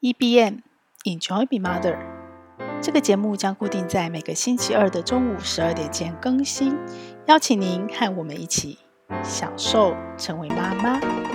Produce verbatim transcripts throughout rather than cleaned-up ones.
E B M Enjoy Be Mother 这个节目将固定在每个星期二的中午十二点前更新，邀请您和我们一起享受成为妈妈。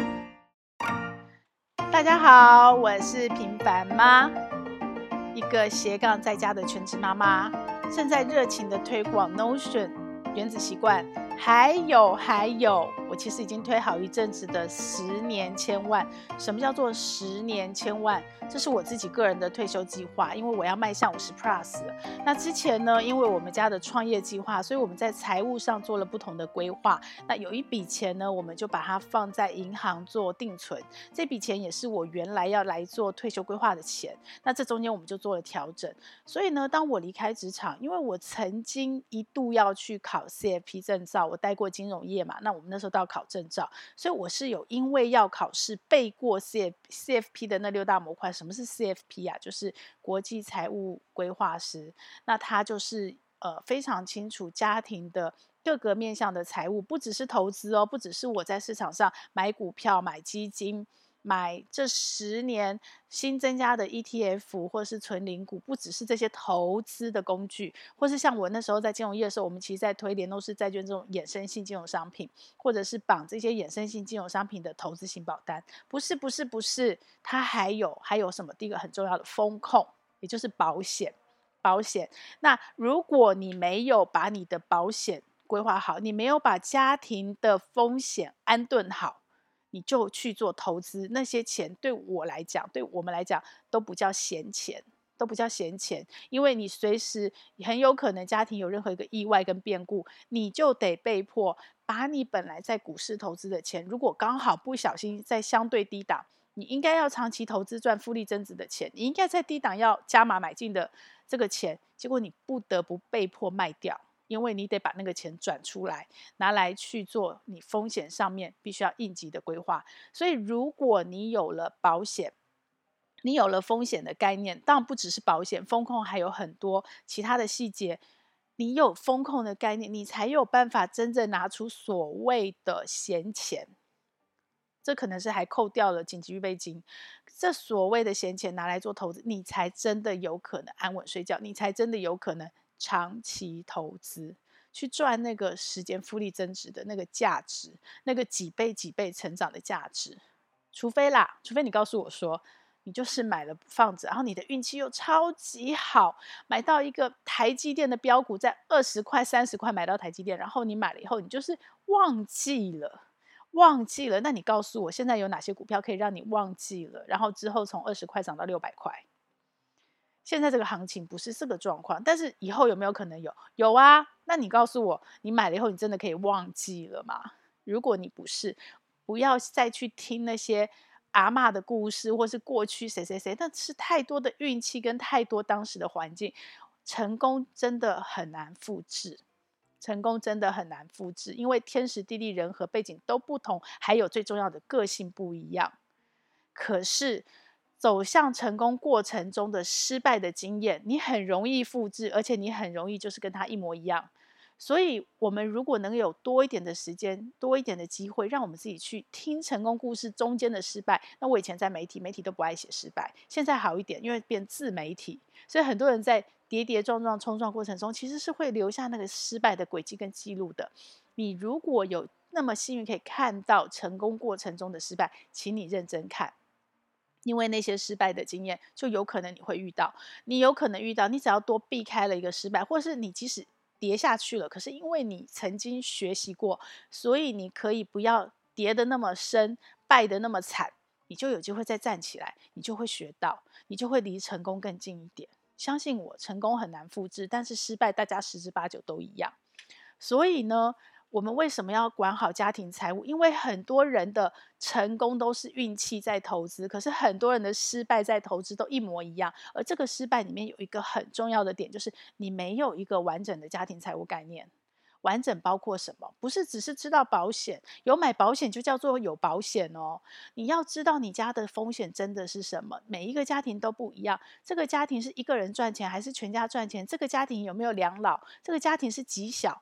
大家好，我是平凡妈，一个斜杠在家的全职妈妈，正在热情的推广 Notion 原子习惯，还有还有我其实已经推好一阵子的十年千万。什么叫做十年千万？这是我自己个人的退休计划，因为我要迈向五十 plus 了。那之前呢，因为我们家的创业计划，所以我们在财务上做了不同的规划。那有一笔钱呢，我们就把它放在银行做定存，这笔钱也是我原来要来做退休规划的钱。那这中间我们就做了调整。所以呢，当我离开职场，因为我曾经一度要去考 C F P 证照，我待过金融业嘛，那我们那时候都要考证照，所以我是有因为要考试背过 C F P 的那六大模块。什么是 C F P 啊？就是国际财务规划师。那他就是呃非常清楚家庭的各个面向的财务，不只是投资哦，不只是我在市场上买股票、买基金、买这十年新增加的 E T F 或是存零股，不只是这些投资的工具，或是像我那时候在金融业的时候，我们其实在推联动式债券这种衍生性金融商品，或者是绑这些衍生性金融商品的投资型保单。不是不是不是，它还有还有什么？第一个很重要的风控，也就是保险。保险，那如果你没有把你的保险规划好，你没有把家庭的风险安顿好，你就去做投资，那些钱对我来讲，对我们来讲都不叫闲钱，都不叫闲钱，因为你随时很有可能家庭有任何一个意外跟变故，你就得被迫把你本来在股市投资的钱，如果刚好不小心在相对低档，你应该要长期投资赚复利增值的钱，你应该在低档要加码买进的这个钱，结果你不得不被迫卖掉，因为你得把那个钱转出来，拿来去做你风险上面必须要应急的规划。所以如果你有了保险，你有了风险的概念，当然不只是保险，风控还有很多其他的细节。你有风控的概念，你才有办法真正拿出所谓的闲钱。这可能是还扣掉了紧急预备金，这所谓的闲钱拿来做投资，你才真的有可能安稳睡觉，你才真的有可能长期投资，去赚那个时间复利增值的那个价值，那个几倍几倍成长的价值。除非啦，除非你告诉我说，你就是买了放着，然后你的运气又超级好，买到一个台积电的标股，在二十块、三十块买到台积电，然后你买了以后，你就是忘记了。忘记了，那你告诉我现在有哪些股票可以让你忘记了，然后之后从二十块涨到六百块？现在这个行情不是这个状况，但是以后有没有可能有？有啊，那你告诉我，你买了以后你真的可以忘记了吗？如果你不是，不要再去听那些阿嬷的故事，或是过去谁谁谁，那是太多的运气跟太多当时的环境，成功真的很难复制。成功真的很难复制，因为天时地利人和背景都不同，还有最重要的个性不一样。可是走向成功过程中的失败的经验，你很容易复制，而且你很容易就是跟他一模一样。所以我们如果能有多一点的时间，多一点的机会，让我们自己去听成功故事中间的失败。那我以前在媒体，媒体都不爱写失败，现在好一点，因为变自媒体，所以很多人在跌跌撞撞冲撞过程中，其实是会留下那个失败的轨迹跟记录的。你如果有那么幸运可以看到成功过程中的失败，请你认真看。因为那些失败的经验，就有可能你会遇到，你有可能遇到，你只要多避开了一个失败，或是你即使跌下去了，可是因为你曾经学习过，所以你可以不要跌得那么深，败得那么惨，你就有机会再站起来，你就会学到，你就会离成功更近一点。相信我，成功很难复制，但是失败大家十之八九都一样。所以呢，我们为什么要管好家庭财务？因为很多人的成功都是运气在投资，可是很多人的失败在投资都一模一样。而这个失败里面有一个很重要的点，就是你没有一个完整的家庭财务概念。完整包括什么？不是只是知道保险，有买保险就叫做有保险哦。你要知道你家的风险真的是什么，每一个家庭都不一样。这个家庭是一个人赚钱还是全家赚钱？这个家庭有没有两老？这个家庭是极小？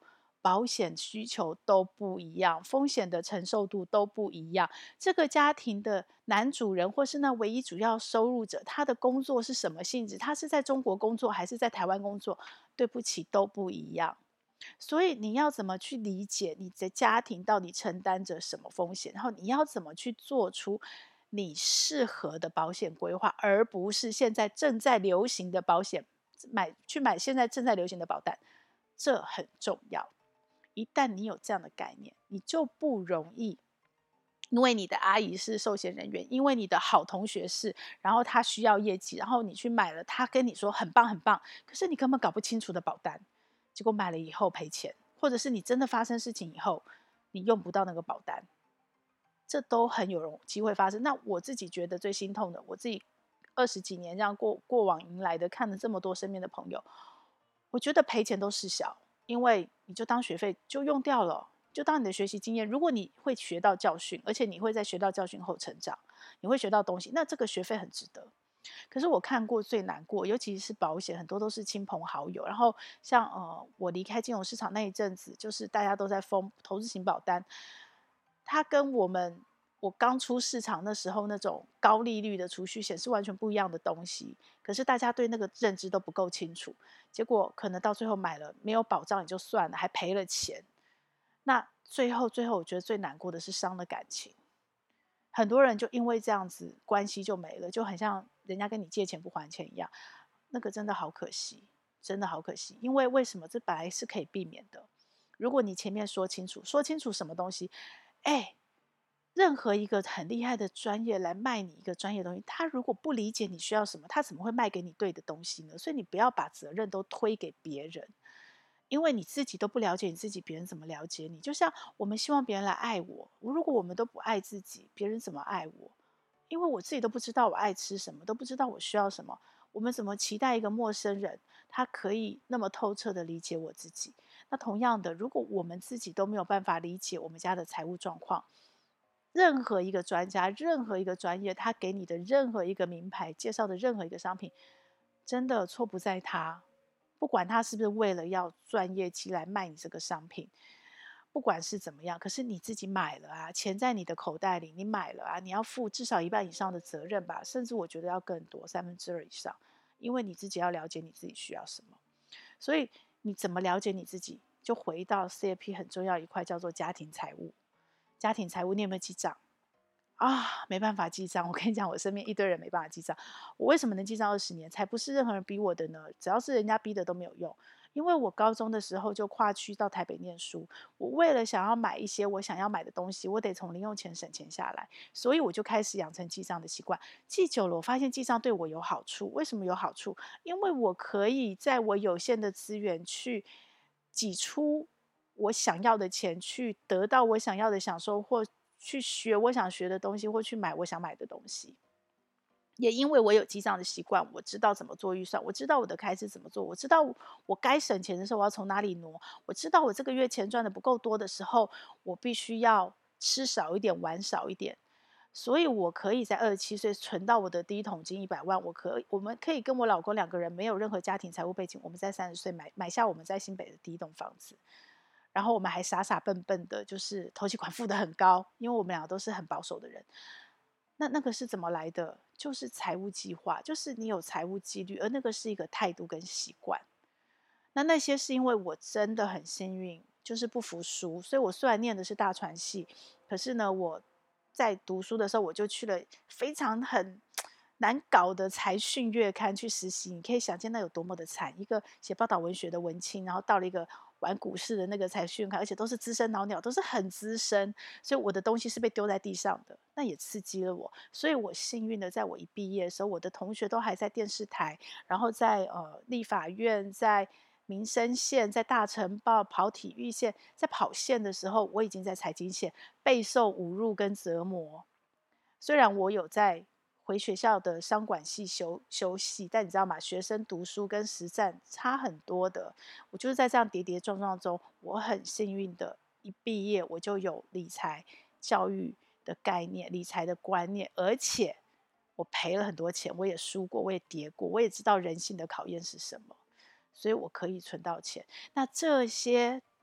保险需求都不一样，风险的承受度都不一样。这个家庭的男主人或是那唯一主要收入者，他的工作是什么性质？他是在中国工作还是在台湾工作？对不起，都不一样。所以你要怎么去理解你的家庭到底承担着什么风险，然后你要怎么去做出你适合的保险规划，而不是现在正在流行的保险，买去买现在正在流行的保单，这很重要。一旦你有这样的概念，你就不容易因为你的阿姨是寿险人员，因为你的好同学是，然后他需要业绩，然后你去买了，他跟你说很棒很棒，可是你根本搞不清楚的保单，结果买了以后赔钱，或者是你真的发生事情以后，你用不到那个保单，这都很有机会发生。那我自己觉得最心痛的，我自己二十几年这样过过往迎来的，看了这么多身边的朋友，我觉得赔钱都事小，因为你就当学费就用掉了。就当你的学习经验，如果你会学到教训，而且你会在学到教训后成长，你会学到东西，那这个学费很值得。可是我看过最难过，尤其是保险，很多都是亲朋好友。然后像呃，我离开金融市场那一阵子，就是大家都在疯投资型保单，它跟我们我刚出市场那时候那种高利率的储蓄险是完全不一样的东西。可是大家对那个认知都不够清楚，结果可能到最后买了没有保障也就算了，还赔了钱。那最后最后我觉得最难过的是伤了感情，很多人就因为这样子关系就没了，就很像人家跟你借钱不还钱一样，那个真的好可惜，真的好可惜。因为为什么这本来是可以避免的，如果你前面说清楚，说清楚什么东西，哎，任何一个很厉害的专业来卖你一个专业的东西，他如果不理解你需要什么，他怎么会卖给你对的东西呢？所以你不要把责任都推给别人。因为你自己都不了解你自己，别人怎么了解你？就像我们希望别人来爱我，如果我们都不爱自己，别人怎么爱我？因为我自己都不知道我爱吃什么，都不知道我需要什么，我们怎么期待一个陌生人，他可以那么透彻的理解我自己？那同样的，如果我们自己都没有办法理解我们家的财务状况，任何一个专家，任何一个专业，他给你的任何一个名牌介绍的任何一个商品，真的错不在他。不管他是不是为了要赚业绩来卖你这个商品，不管是怎么样，可是你自己买了啊，钱在你的口袋里，你买了啊，你要负至少一半以上的责任吧，甚至我觉得要更多，三分之二以上，因为你自己要了解你自己需要什么。所以你怎么了解你自己，就回到 C A P 很重要一块叫做家庭财务。家庭财务你有没有记账？啊，没办法记账。我跟你讲，我身边一堆人没办法记账。我为什么能记账二十年？才不是任何人逼我的呢。只要是人家逼的都没有用。因为我高中的时候就跨区到台北念书，我为了想要买一些我想要买的东西，我得从零用钱省钱下来，所以我就开始养成记账的习惯。记久了，我发现记账对我有好处。为什么有好处？因为我可以在我有限的资源去挤出我想要的钱，去得到我想要的享受，或去学我想学的东西，或去买我想买的东西。也因为我有记账的习惯，我知道怎么做预算，我知道我的开支怎么做，我知道我该省钱的时候我要从哪里挪，我知道我这个月钱赚的不够多的时候，我必须要吃少一点，玩少一点。所以我可以在二十七岁存到我的第一桶金一百万，我可以我们可以跟我老公两个人没有任何家庭财务背景，我们在三十岁买买下我们在新北的第一栋房子。然后我们还傻傻笨笨的，就是头期款付得很高，因为我们两个都是很保守的人。那那个是怎么来的？就是财务计划，就是你有财务纪律，而那个是一个态度跟习惯。那那些是因为我真的很幸运，就是不服输，所以我虽然念的是大传系，可是呢，我在读书的时候我就去了非常很难搞的财讯月刊去实习。你可以想见那有多么的惨，一个写报道文学的文青，然后到了一个玩股市的那个财讯刊，而且都是资深老鸟，都是很资深，所以我的东西是被丢在地上的，那也刺激了我。所以我幸运的，在我一毕业的时候，我的同学都还在电视台，然后在呃立法院，在民生线，在大成报跑体育线，在跑线的时候，我已经在财经线备受侮辱跟折磨。虽然我有在回学校的商管系修修系，但你知道吗？学生读书跟实战差很多的。我就是在这样跌跌撞撞中，我很幸运的，一毕业我就有理财教育的概念、理财的观念，而且我赔了很多钱，我也输过，我也跌过，我也知道人性的考验是什么，所以我可以存到钱。那这些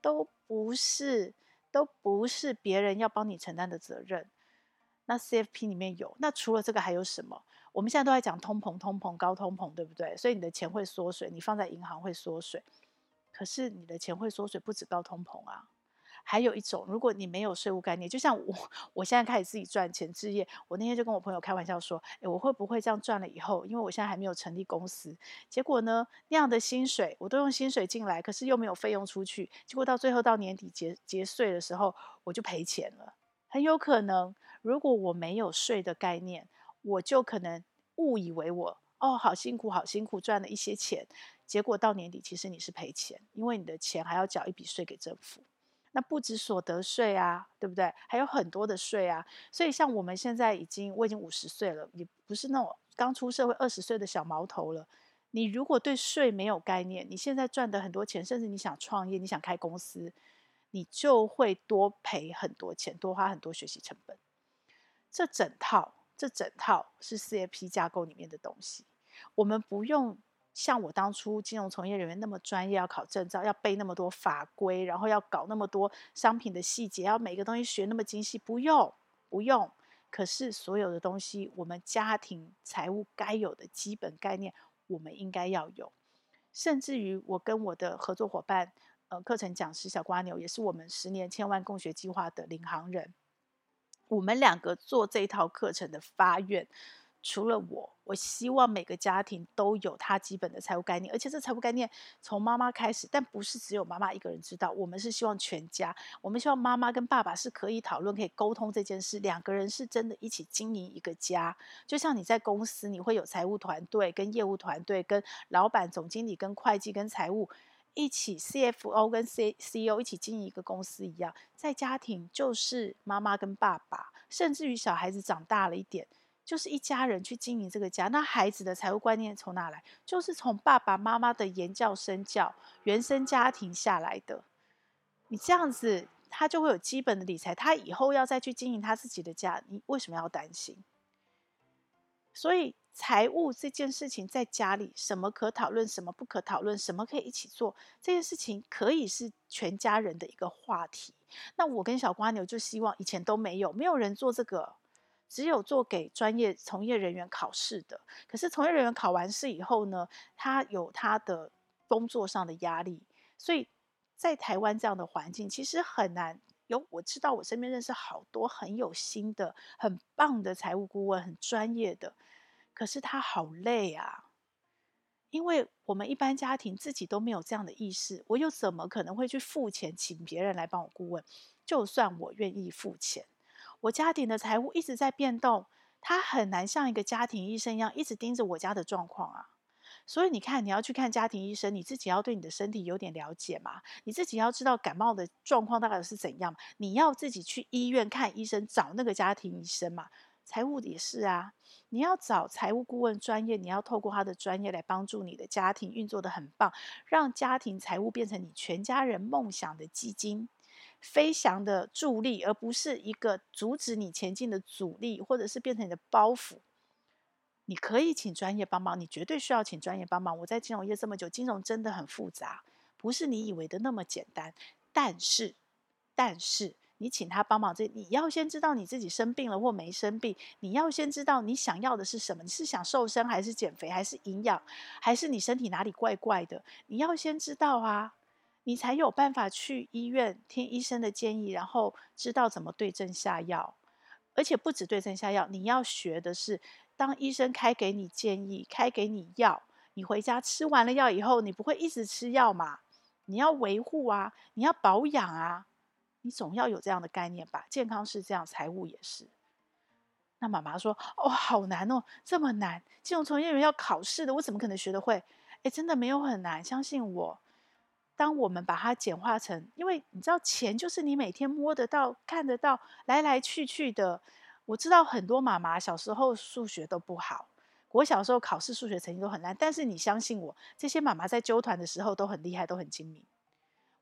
都不是，都不是别人要帮你承担的责任。那 C F P 里面有，那除了这个还有什么？我们现在都在讲通膨、通膨、高通膨，对不对？所以你的钱会缩水，你放在银行会缩水。可是你的钱会缩水，不止高通膨啊，还有一种，如果你没有税务概念，就像我，我现在开始自己赚钱置业，我那天就跟我朋友开玩笑说，诶，我会不会这样赚了以后，因为我现在还没有成立公司，结果呢，那样的薪水我都用薪水进来，可是又没有费用出去，结果到最后到年底结结税的时候，我就赔钱了。很有可能，如果我没有税的概念，我就可能误以为我哦好辛苦好辛苦赚了一些钱，结果到年底其实你是赔钱，因为你的钱还要缴一笔税给政府。那不止所得税啊，对不对？还有很多的税啊。所以像我们现在已经，我已经五十岁了，也不是那种刚出社会二十岁的小毛头了。你如果对税没有概念，你现在赚的很多钱，甚至你想创业，你想开公司，你就会多赔很多钱，多花很多学习成本。这整套，这整套是 C F P 架构里面的东西。我们不用像我当初金融从业人员那么专业，要考证照，要背那么多法规，然后要搞那么多商品的细节，要每个东西学那么精细，不用，不用。可是所有的东西，我们家庭财务该有的基本概念，我们应该要有。甚至于我跟我的合作伙伴，呃，课程讲师小瓜牛，也是我们十年千万共学计划的领航人。我们两个做这套课程的发愿，除了我，我希望每个家庭都有他基本的财务概念，而且这财务概念从妈妈开始，但不是只有妈妈一个人知道，我们是希望全家，我们希望妈妈跟爸爸是可以讨论、可以沟通这件事，两个人是真的一起经营一个家。就像你在公司，你会有财务团队、跟业务团队、跟老板、总经理、跟会计、跟财务。一起 C F O 跟 C E O 一起经营一个公司一样，在家庭就是妈妈跟爸爸，甚至于小孩子长大了一点，就是一家人去经营这个家。那孩子的财务观念从哪来？就是从爸爸妈妈的言教身教、原生家庭下来的。你这样子，他就会有基本的理财，他以后要再去经营他自己的家，你为什么要担心？所以财务这件事情在家里，什么可讨论，什么不可讨论，什么可以一起做，这件事情可以是全家人的一个话题。那我跟小瓜牛就希望以前都没有，没有人做这个，只有做给专业从业人员考试的。可是从业人员考完试以后呢，他有他的工作上的压力，所以在台湾这样的环境，其实很难。有我知道我身边认识好多很有心的、很棒的财务顾问，很专业的，可是他好累啊。因为我们一般家庭自己都没有这样的意识，我又怎么可能会去付钱请别人来帮我顾问？就算我愿意付钱，我家庭的财务一直在变动，他很难像一个家庭医生一样一直盯着我家的状况啊。所以你看，你要去看家庭医生，你自己要对你的身体有点了解嘛，你自己要知道感冒的状况大概是怎样，你要自己去医院看医生，找那个家庭医生嘛。财务也是啊，你要找财务顾问专业，你要透过他的专业来帮助你的家庭运作得很棒，让家庭财务变成你全家人梦想的基金，飞翔的助力，而不是一个阻止你前进的阻力，或者是变成你的包袱。你可以请专业帮忙，你绝对需要请专业帮忙。我在金融业这么久，金融真的很复杂，不是你以为的那么简单。但是，但是你请他帮忙，这你要先知道你自己生病了或没生病，你要先知道你想要的是什么，你是想瘦身还是减肥，还是营养，还是你身体哪里怪怪的？你要先知道啊，你才有办法去医院听医生的建议，然后知道怎么对症下药。而且不止对症下药，你要学的是，当医生开给你建议、开给你药，你回家吃完了药以后，你不会一直吃药嘛？你要维护啊，你要保养啊，你总要有这样的概念吧？健康是这样，财务也是。那妈妈说：“哦，好难哦，这么难，金融从业人员要考试的，我怎么可能学得会？”哎，真的没有很难，相信我。当我们把它简化成，因为你知道，钱就是你每天摸得到、看得到、来来去去的。我知道很多妈妈小时候数学都不好，我小时候考试数学成绩都很烂，但是你相信我，这些妈妈在纠团的时候都很厉害，都很精明。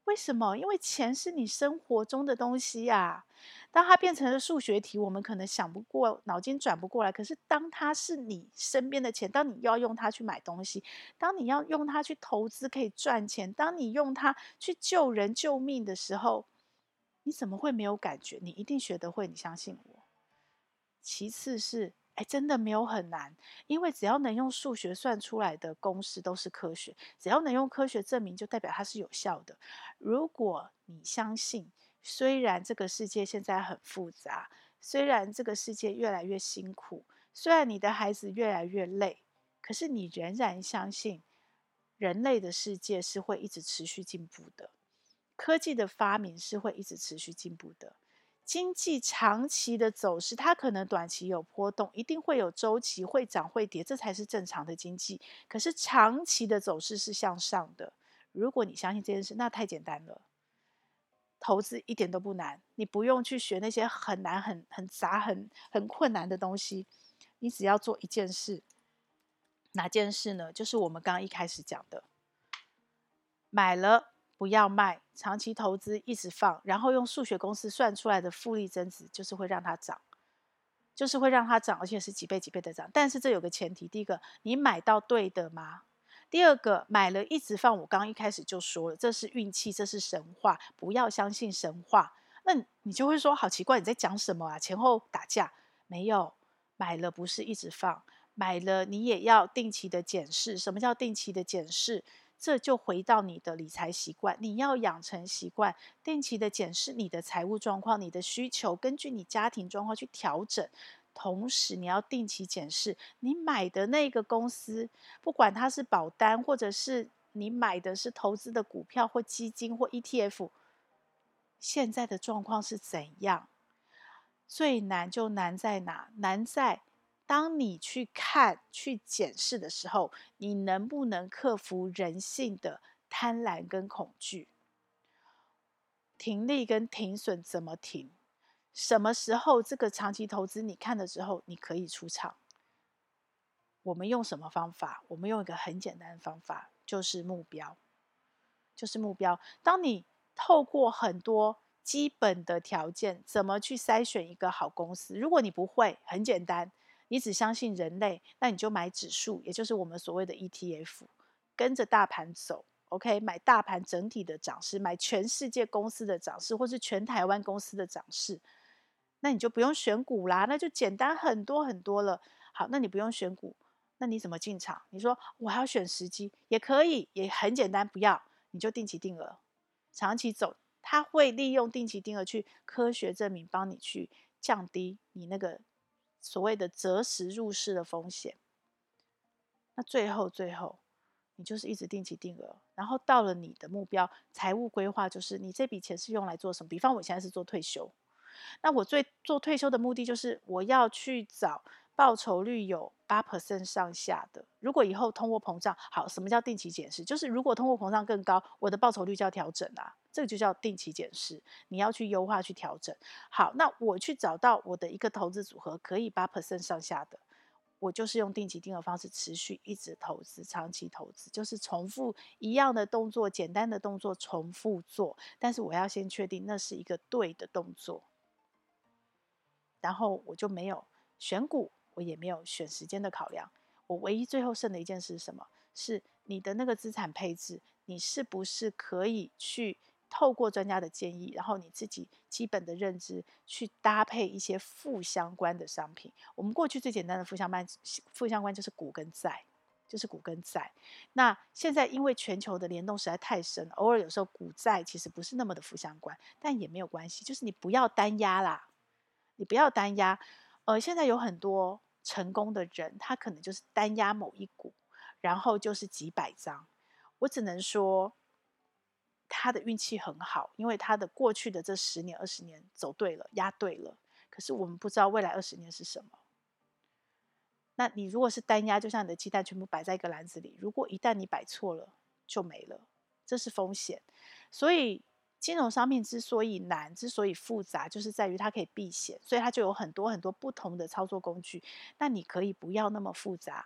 为什么？因为钱是你生活中的东西呀、当它变成了数学题，我们可能想不过，脑筋转不过来。可是当它是你身边的钱，当你要用它去买东西，当你要用它去投资可以赚钱，当你用它去救人救命的时候，你怎么会没有感觉？你一定学得会，你相信我。其次是，哎，真的没有很难，因为只要能用数学算出来的公式都是科学，只要能用科学证明，就代表它是有效的。如果你相信，虽然这个世界现在很复杂，虽然这个世界越来越辛苦，虽然你的孩子越来越累，可是你仍然相信人类的世界是会一直持续进步的，科技的发明是会一直持续进步的。经济长期的走势，它可能短期有波动，一定会有周期，会涨会跌，这才是正常的经济。可是长期的走势是向上的。如果你相信这件事，那太简单了。投资一点都不难，你不用去学那些很难、很很杂、很很困难的东西，你只要做一件事。哪件事呢？就是我们刚刚一开始讲的，买了不要卖，长期投资一直放，然后用数学公式算出来的复利增值，就是会让它涨，就是会让它涨，而且是几倍几倍的涨。但是这有个前提，第一个，你买到对的吗？第二个，买了一直放，我刚刚一开始就说了，这是运气，这是神话，不要相信神话。那你就会说，好奇怪，你在讲什么啊？前后打架？没有，买了不是一直放，买了你也要定期的检视。什么叫定期的检视？这就回到你的理财习惯，你要养成习惯，定期的检视你的财务状况、你的需求，根据你家庭状况去调整。同时，你要定期检视你买的那个公司，不管它是保单，或者是你买的是投资的股票或基金或 E T F，现在的状况是怎样？最难就难在哪？难在当你去看、去检视的时候，你能不能克服人性的贪婪跟恐惧？停利跟停损怎么停？什么时候这个长期投资你看了之后，你可以出场？我们用什么方法？我们用一个很简单的方法，就是目标，就是目标。当你透过很多基本的条件，怎么去筛选一个好公司？如果你不会，很简单，你只相信人类，那你就买指数，也就是我们所谓的 E T F，跟着大盘走。OK，买大盘整体的涨势，买全世界公司的涨势，或是全台湾公司的涨势，那你就不用选股啦，那就简单很多很多了。好，那你不用选股，那你怎么进场？你说我还要选时机，也可以，也很简单，不要你就定期定额，长期走，它会利用定期定额去科学证明，帮你去降低你那个所谓的择时入市的风险。那最后最后，你就是一直定期定额，然后到了你的目标，财务规划就是你这笔钱是用来做什么？比方我现在是做退休，那我最做退休的目的就是我要去找报酬率有八 percent 上下的。如果以后通货膨胀，好，什么叫定期检视？就是如果通货膨胀更高，我的报酬率就要调整啦、这个就叫定期检视，你要去优化去调整。好，那我去找到我的一个投资组合可以八 percent 上下的。我就是用定期定额方式持续一直投资，长期投资就是重复一样的动作，简单的动作重复做，但是我要先确定那是一个对的动作。然后我就没有选股，我也没有选时间的考量。我唯一最后剩的一件事是什么？是你的那个资产配置，你是不是可以去透过专家的建议，然后你自己基本的认知去搭配一些负相关的商品？我们过去最简单的负相关，负相关就是股跟债。就是股跟债，那现在因为全球的联动实在太深，偶尔有时候股债其实不是那么的负相关，但也没有关系，就是你不要单压啦，你不要单压，呃，现在有很多成功的人，他可能就是单压某一股，然后就是几百张。我只能说，他的运气很好，因为他的过去的这十年、二十年走对了，压对了。可是我们不知道未来二十年是什么。那你如果是单压，就像你的鸡蛋全部摆在一个篮子里，如果一旦你摆错了，就没了，这是风险。所以金融商品之所以难，之所以复杂，就是在于它可以避险，所以它就有很多很多不同的操作工具。那你可以不要那么复杂，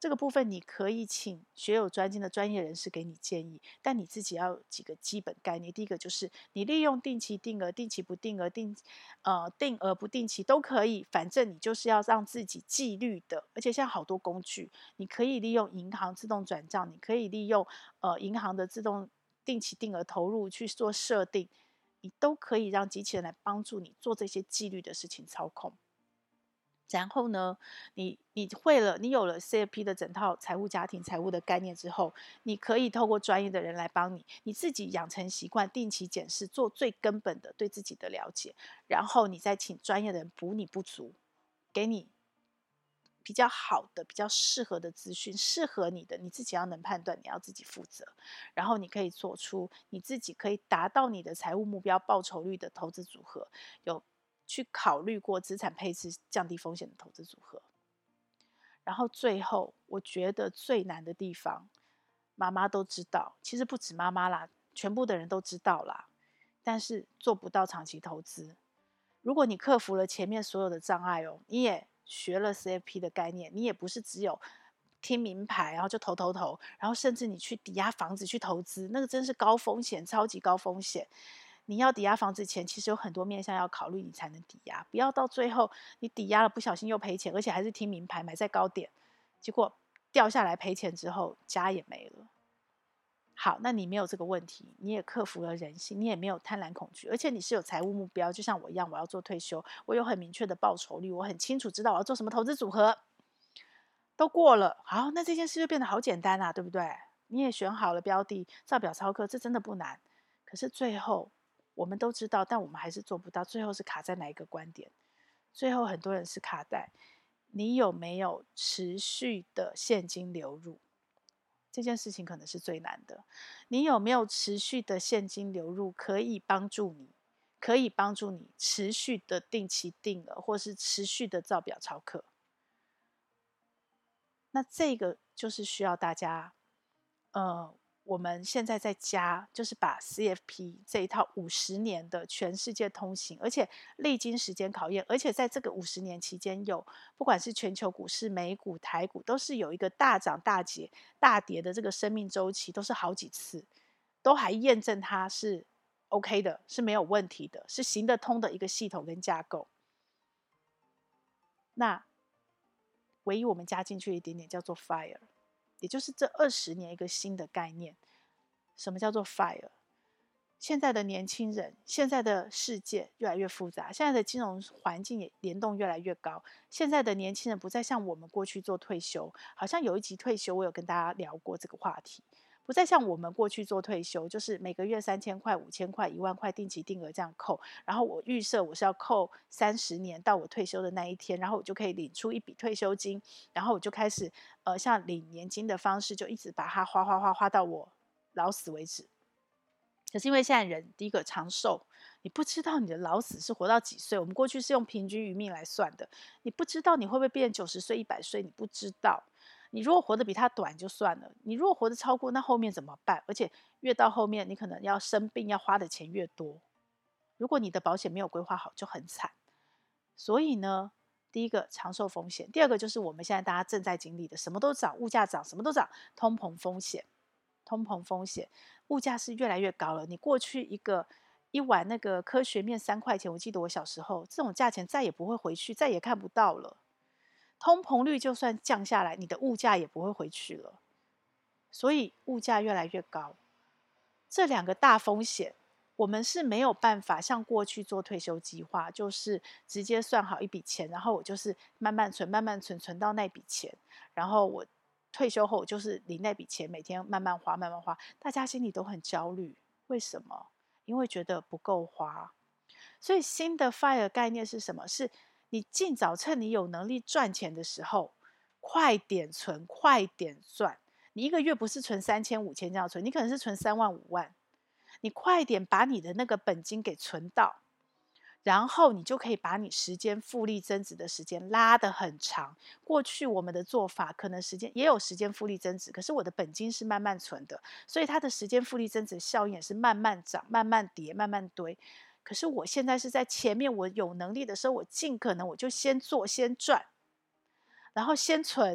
这个部分你可以请学有专精的专业人士给你建议，但你自己要有几个基本概念。第一个就是你利用定期定额、定期不定额、定呃定额不定期都可以，反正你就是要让自己纪律的。而且现在好多工具，你可以利用银行自动转账，你可以利用呃银行的自动定期定额投入去做设定，你都可以让机器人来帮助你做这些纪律的事情操控。然后呢，你你会了，你有了 C F P 的整套财务家庭财务的概念之后，你可以透过专业的人来帮你，你自己养成习惯，定期检视，做最根本的对自己的了解，然后你再请专业的人补你不足，给你比较好的、比较适合的资讯，适合你的，你自己要能判断，你要自己负责，然后你可以做出你自己可以达到你的财务目标报酬率的投资组合，有去考虑过资产配置、降低风险的投资组合。然后最后，我觉得最难的地方，妈妈都知道，其实不止妈妈啦，全部的人都知道啦，但是做不到长期投资。如果你克服了前面所有的障碍哦，你也学了 C F P 的概念，你也不是只有听名牌，然后就投投投，然后甚至你去抵押房子去投资，那个真是高风险，超级高风险。你要抵押房子前，其实有很多面向要考虑，你才能抵押。不要到最后你抵押了，不小心又赔钱，而且还是听名牌买在高点，结果掉下来赔钱之后，家也没了。好，那你没有这个问题，你也克服了人性，你也没有贪婪恐惧，而且你是有财务目标，就像我一样，我要做退休，我有很明确的报酬率，我很清楚知道我要做什么投资组合，都过了。好，那这件事就变得好简单啊，对不对？你也选好了标的，照表操课，这真的不难。可是最后我们都知道，但我们还是做不到。最后是卡在哪一个观点？最后很多人是卡在你有没有持续的现金流入。这件事情可能是最难的。你有没有持续的现金流入，可以帮助你，可以帮助你持续的定期定额，或是持续的照表操课？那这个就是需要大家，呃，我们现在在家就是把 C F P 这一套五十年的全世界通行，而且历经时间考验，而且在这个五十年期间有，不管是全球股市、美股、台股，都是有一个大涨大跌、大跌的这个生命周期，都是好几次，都还验证它是 OK 的，是没有问题的，是行得通的一个系统跟架构。那唯一我们加进去一点点叫做 fire， 也就是这二十年一个新的概念。什么叫做 fire？ 现在的年轻人，现在的世界越来越复杂，现在的金融环境也联动越来越高。现在的年轻人不再像我们过去做退休，好像有一集退休，我有跟大家聊过这个话题。不再像我们过去做退休，就是每个月三千块、五千块、一万块定期定额这样扣，然后我预设我是要扣三十年到我退休的那一天，然后我就可以领出一笔退休金，然后我就开始呃像领年金的方式，就一直把它花花花花到我老死为止。可是因为现在人第一个长寿，你不知道你的老死是活到几岁，我们过去是用平均余命来算的，你不知道你会不会变九十岁、一百岁，你不知道。你如果活得比他短就算了，你如果活得超过，那后面怎么办？而且越到后面，你可能要生病，要花的钱越多。如果你的保险没有规划好，就很惨。所以呢，第一个长寿风险，第二个就是我们现在大家正在经历的，什么都涨，物价涨，什么都涨，通膨风险。通膨风险，物价是越来越高了。你过去一个一碗那个科学面三块钱，我记得我小时候这种价钱再也不会回去，再也看不到了。通膨率就算降下来，你的物价也不会回去了。所以物价越来越高，这两个大风险，我们是没有办法像过去做退休计划，就是直接算好一笔钱，然后我就是慢慢存、慢慢存，存到那笔钱，然后我退休后就是领那笔钱，每天慢慢花、慢慢花。大家心里都很焦虑，为什么？因为觉得不够花。所以新的 fire 概念是什么？是你尽早趁你有能力赚钱的时候，快点存，快点赚。你一个月不是存三千、五千这样存，你可能是存三万、五万。你快点把你的那个本金给存到，然后你就可以把你时间复利增值的时间拉得很长。过去我们的做法可能时间也有时间复利增值，可是我的本金是慢慢存的，所以它的时间复利增值效应也是慢慢涨、慢慢叠、慢慢堆。可是我现在是在前面，我有能力的时候，我尽可能我就先做先赚，然后先存，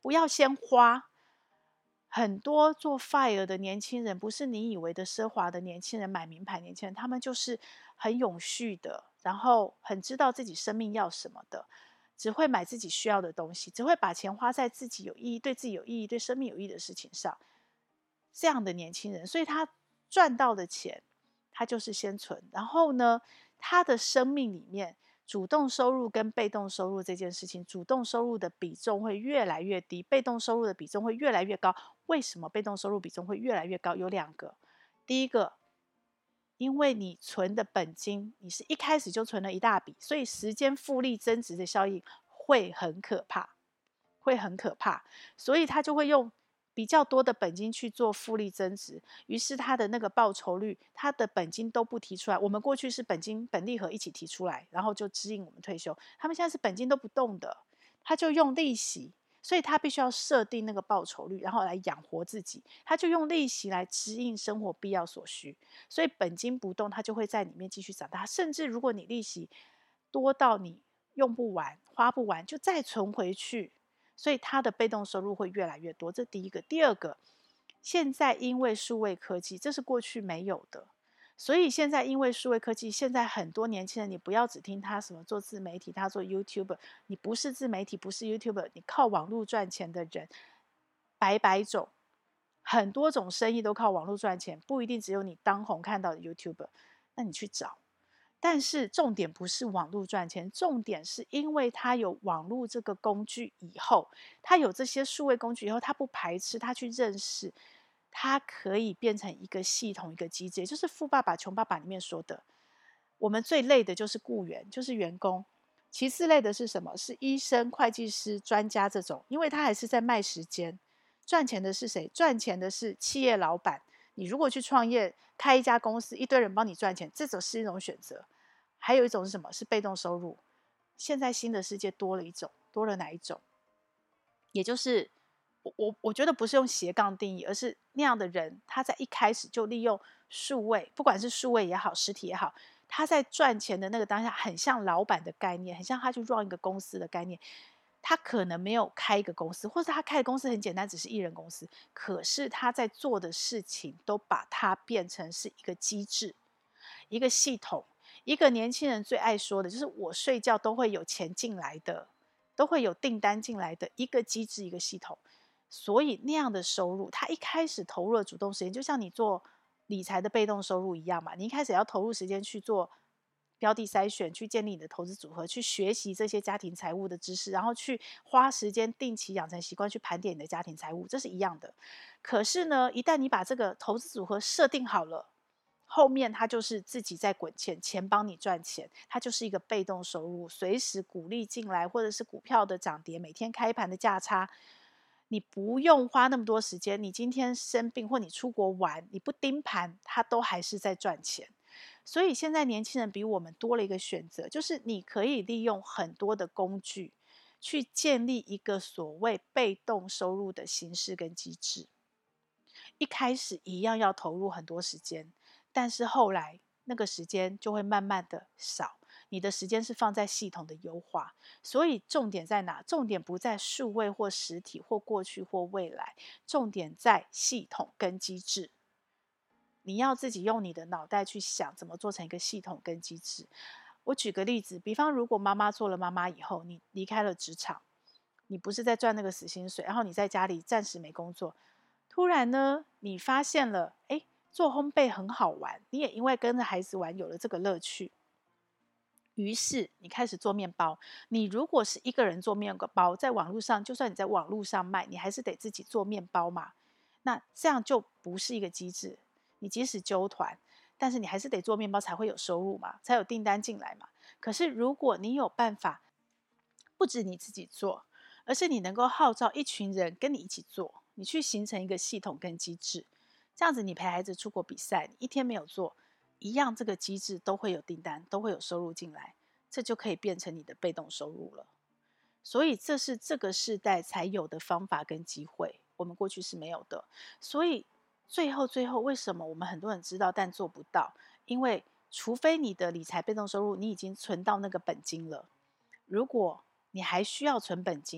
不要先花。很多做 fire 的年轻人，不是你以为的奢华的年轻人，买名牌年轻人，他们就是很永续的，然后很知道自己生命要什么的，只会买自己需要的东西，只会把钱花在自己有意义、对自己有意义、对生命有意义的事情上。这样的年轻人，所以他赚到的钱，他就是先存，然后呢，他的生命里面，主动收入跟被动收入这件事情，主动收入的比重会越来越低，被动收入的比重会越来越高。为什么被动收入比重会越来越高？有两个，第一个，因为你存的本金，你是一开始就存了一大笔，所以时间复利增值的效应会很可怕，会很可怕，所以他就会用比较多的本金去做复利增值，于是他的那个报酬率，他的本金都不提出来。我们过去是本金本利和一起提出来，然后就指引我们退休。他们现在是本金都不动的，他就用利息，所以他必须要设定那个报酬率，然后来养活自己。他就用利息来支应生活必要所需，所以本金不动，他就会在里面继续长大。甚至如果你利息多到你用不完、花不完，就再存回去。所以它的被动收入会越来越多，这第一个。第二个，现在因为数位科技，这是过去没有的，所以现在因为数位科技，现在很多年轻人，你不要只听他什么做自媒体，他做 YouTuber， 你不是自媒体，不是 YouTuber， 你靠网络赚钱的人百百种，很多种生意都靠网络赚钱，不一定只有你当红看到的 YouTuber， 那你去找。但是重点不是网络赚钱，重点是因为他有网络这个工具以后，他有这些数位工具以后，他不排斥，他去认识，他可以变成一个系统、一个机制，也就是《富爸爸穷爸爸》里面说的，我们最累的就是雇员，就是员工。其次累的是什么？是医生、会计师、专家这种，因为他还是在卖时间。赚钱的是谁？赚钱的是企业老板。你如果去创业，开一家公司，一堆人帮你赚钱，这种是一种选择。还有一种是什么？是被动收入。现在新的世界多了一种，多了哪一种？也就是我我我觉得不是用斜杠定义，而是那样的人，他在一开始就利用数位，不管是数位也好，实体也好，他在赚钱的那个当下，很像老板的概念，很像他去 run 一个公司的概念。他可能没有开一个公司，或者他开的公司很简单，只是艺人公司，可是他在做的事情都把它变成是一个机制，一个系统。一个年轻人最爱说的就是我睡觉都会有钱进来的，都会有订单进来的一个机制，一个系统。所以那样的收入，他一开始投入了主动时间，就像你做理财的被动收入一样嘛，你一开始要投入时间去做标的筛选，去建立你的投资组合，去学习这些家庭财务的知识，然后去花时间定期养成习惯，去盘点你的家庭财务，这是一样的。可是呢，一旦你把这个投资组合设定好了，后面它就是自己在滚钱，钱帮你赚钱，它就是一个被动收入，随时股利进来，或者是股票的涨跌，每天开盘的价差，你不用花那么多时间。你今天生病或你出国玩，你不盯盘，它都还是在赚钱。所以现在年轻人比我们多了一个选择，就是你可以利用很多的工具，去建立一个所谓被动收入的形式跟机制。一开始一样要投入很多时间，但是后来那个时间就会慢慢的少，你的时间是放在系统的优化。所以重点在哪？重点不在数位或实体或过去或未来，重点在系统跟机制。你要自己用你的脑袋去想怎么做成一个系统跟机制。我举个例子，比方如果妈妈做了妈妈以后，你离开了职场，你不是在赚那个死薪水，然后你在家里暂时没工作，突然呢，你发现了，哎，做烘焙很好玩，你也因为跟着孩子玩有了这个乐趣，于是你开始做面包。你如果是一个人做面包，在网络上，就算你在网络上卖，你还是得自己做面包嘛。那这样就不是一个机制。你即使揪团，但是你还是得做面包才会有收入嘛，才有订单进来嘛。可是如果你有办法，不止你自己做，而是你能够号召一群人跟你一起做，你去形成一个系统跟机制，这样子你陪孩子出国比赛，你一天没有做，一样这个机制都会有订单，都会有收入进来，这就可以变成你的被动收入了。所以这是这个世代才有的方法跟机会，我们过去是没有的。所以最后最后为什么我们很多人知道但做不到？因为除非你的理财被动收入你已经存到那个本金了，如果你还需要存本金，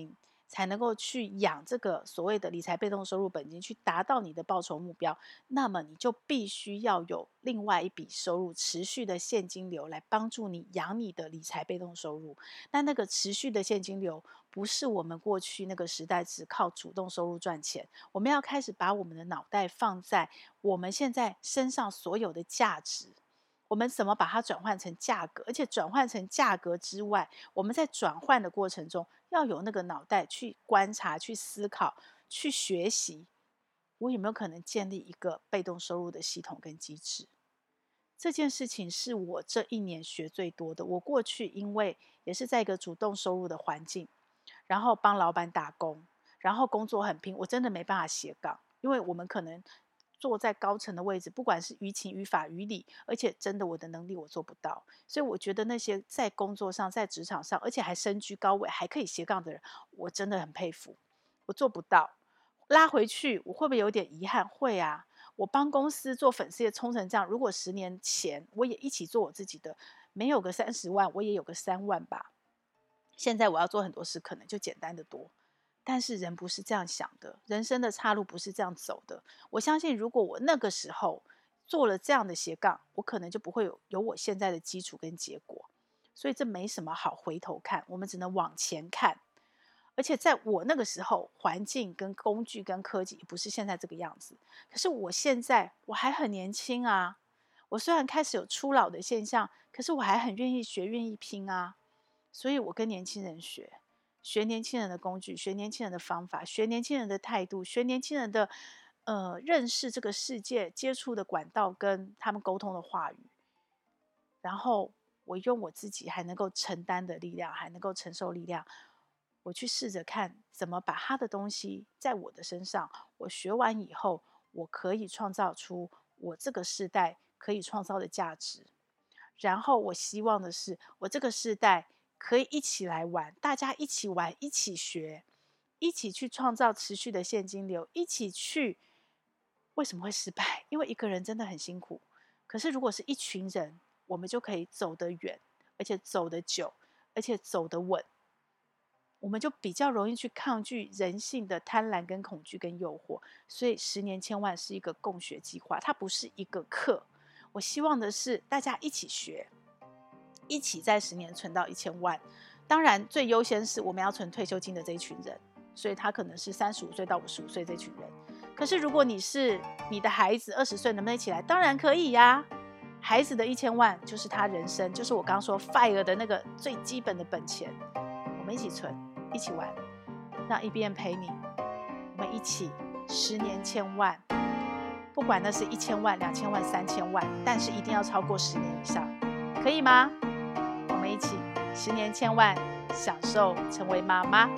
才能够去养这个所谓的理财被动收入本金，去达到你的报酬目标，那么你就必须要有另外一笔收入，持续的现金流来帮助你养你的理财被动收入。那那个持续的现金流不是我们过去那个时代只靠主动收入赚钱，我们要开始把我们的脑袋放在我们现在身上所有的价值，我们怎么把它转换成价格，而且转换成价格之外，我们在转换的过程中要有那个脑袋去观察、去思考、去学习，我有没有可能建立一个被动收入的系统跟机制。这件事情是我这一年学最多的。我过去因为也是在一个主动收入的环境，然后帮老板打工，然后工作很拼，我真的没办法斜杠，因为我们可能坐在高层的位置，不管是于情于法于理，而且真的我的能力我做不到，所以我觉得那些在工作上在职场上而且还身居高位还可以斜杠的人，我真的很佩服。我做不到，拉回去我会不会有点遗憾？会啊。我帮公司做粉丝业冲成这样，如果十年前我也一起做我自己的，没有个三十万我也有个三万吧。现在我要做很多事可能就简单的多，但是人不是这样想的，人生的岔路不是这样走的。我相信如果我那个时候做了这样的斜杠，我可能就不会有有我现在的基础跟结果。所以这没什么好回头看，我们只能往前看。而且在我那个时候，环境跟工具跟科技也不是现在这个样子。可是我现在我还很年轻啊，我虽然开始有初老的现象，可是我还很愿意学，愿意拼啊。所以我跟年轻人学，学年轻人的工具，学年轻人的方法，学年轻人的态度，学年轻人的呃认识这个世界接触的管道跟他们沟通的话语。然后我用我自己还能够承担的力量，还能够承受力量，我去试着看怎么把他的东西在我的身上，我学完以后，我可以创造出我这个世代可以创造的价值。然后我希望的是，我这个世代可以一起来玩，大家一起玩，一起学，一起去创造持续的现金流，一起去。为什么会失败？因为一个人真的很辛苦，可是如果是一群人，我们就可以走得远，而且走得久，而且走得稳。我们就比较容易去抗拒人性的贪婪跟恐惧跟诱惑。所以十年千万是一个共学计划，它不是一个课。我希望的是大家一起学，一起在十年存到一千万。当然最优先是我们要存退休金的这一群人，所以他可能是三十五岁到五十五岁这群人。可是如果你是你的孩子二十岁，能不能一起来？当然可以呀、啊。孩子的一千万就是他人生，就是我刚刚说 F I R E 的那个最基本的本钱。我们一起存，一起玩，让一边陪你，我们一起十年千万，不管那是一千万、两千万、三千万，但是一定要超过十年以上，可以吗？我们一起十年千万，享受成为妈妈。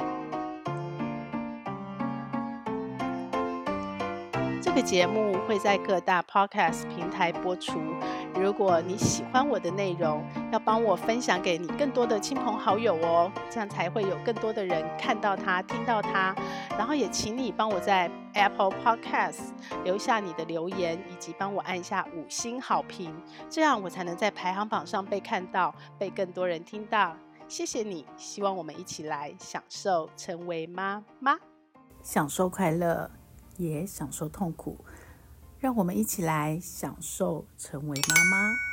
这个节目会在各大 Podcast 平台播出。如果你喜欢我的内容，要帮我分享给你更多的亲朋好友哦，这样才会有更多的人看到它、听到它。然后也请你帮我在 Apple Podcast 留下你的留言，以及帮我按下五星好评，这样我才能在排行榜上被看到，被更多人听到。谢谢你，希望我们一起来享受成为妈妈，享受快乐，也享受痛苦。让我们一起来享受成为妈妈。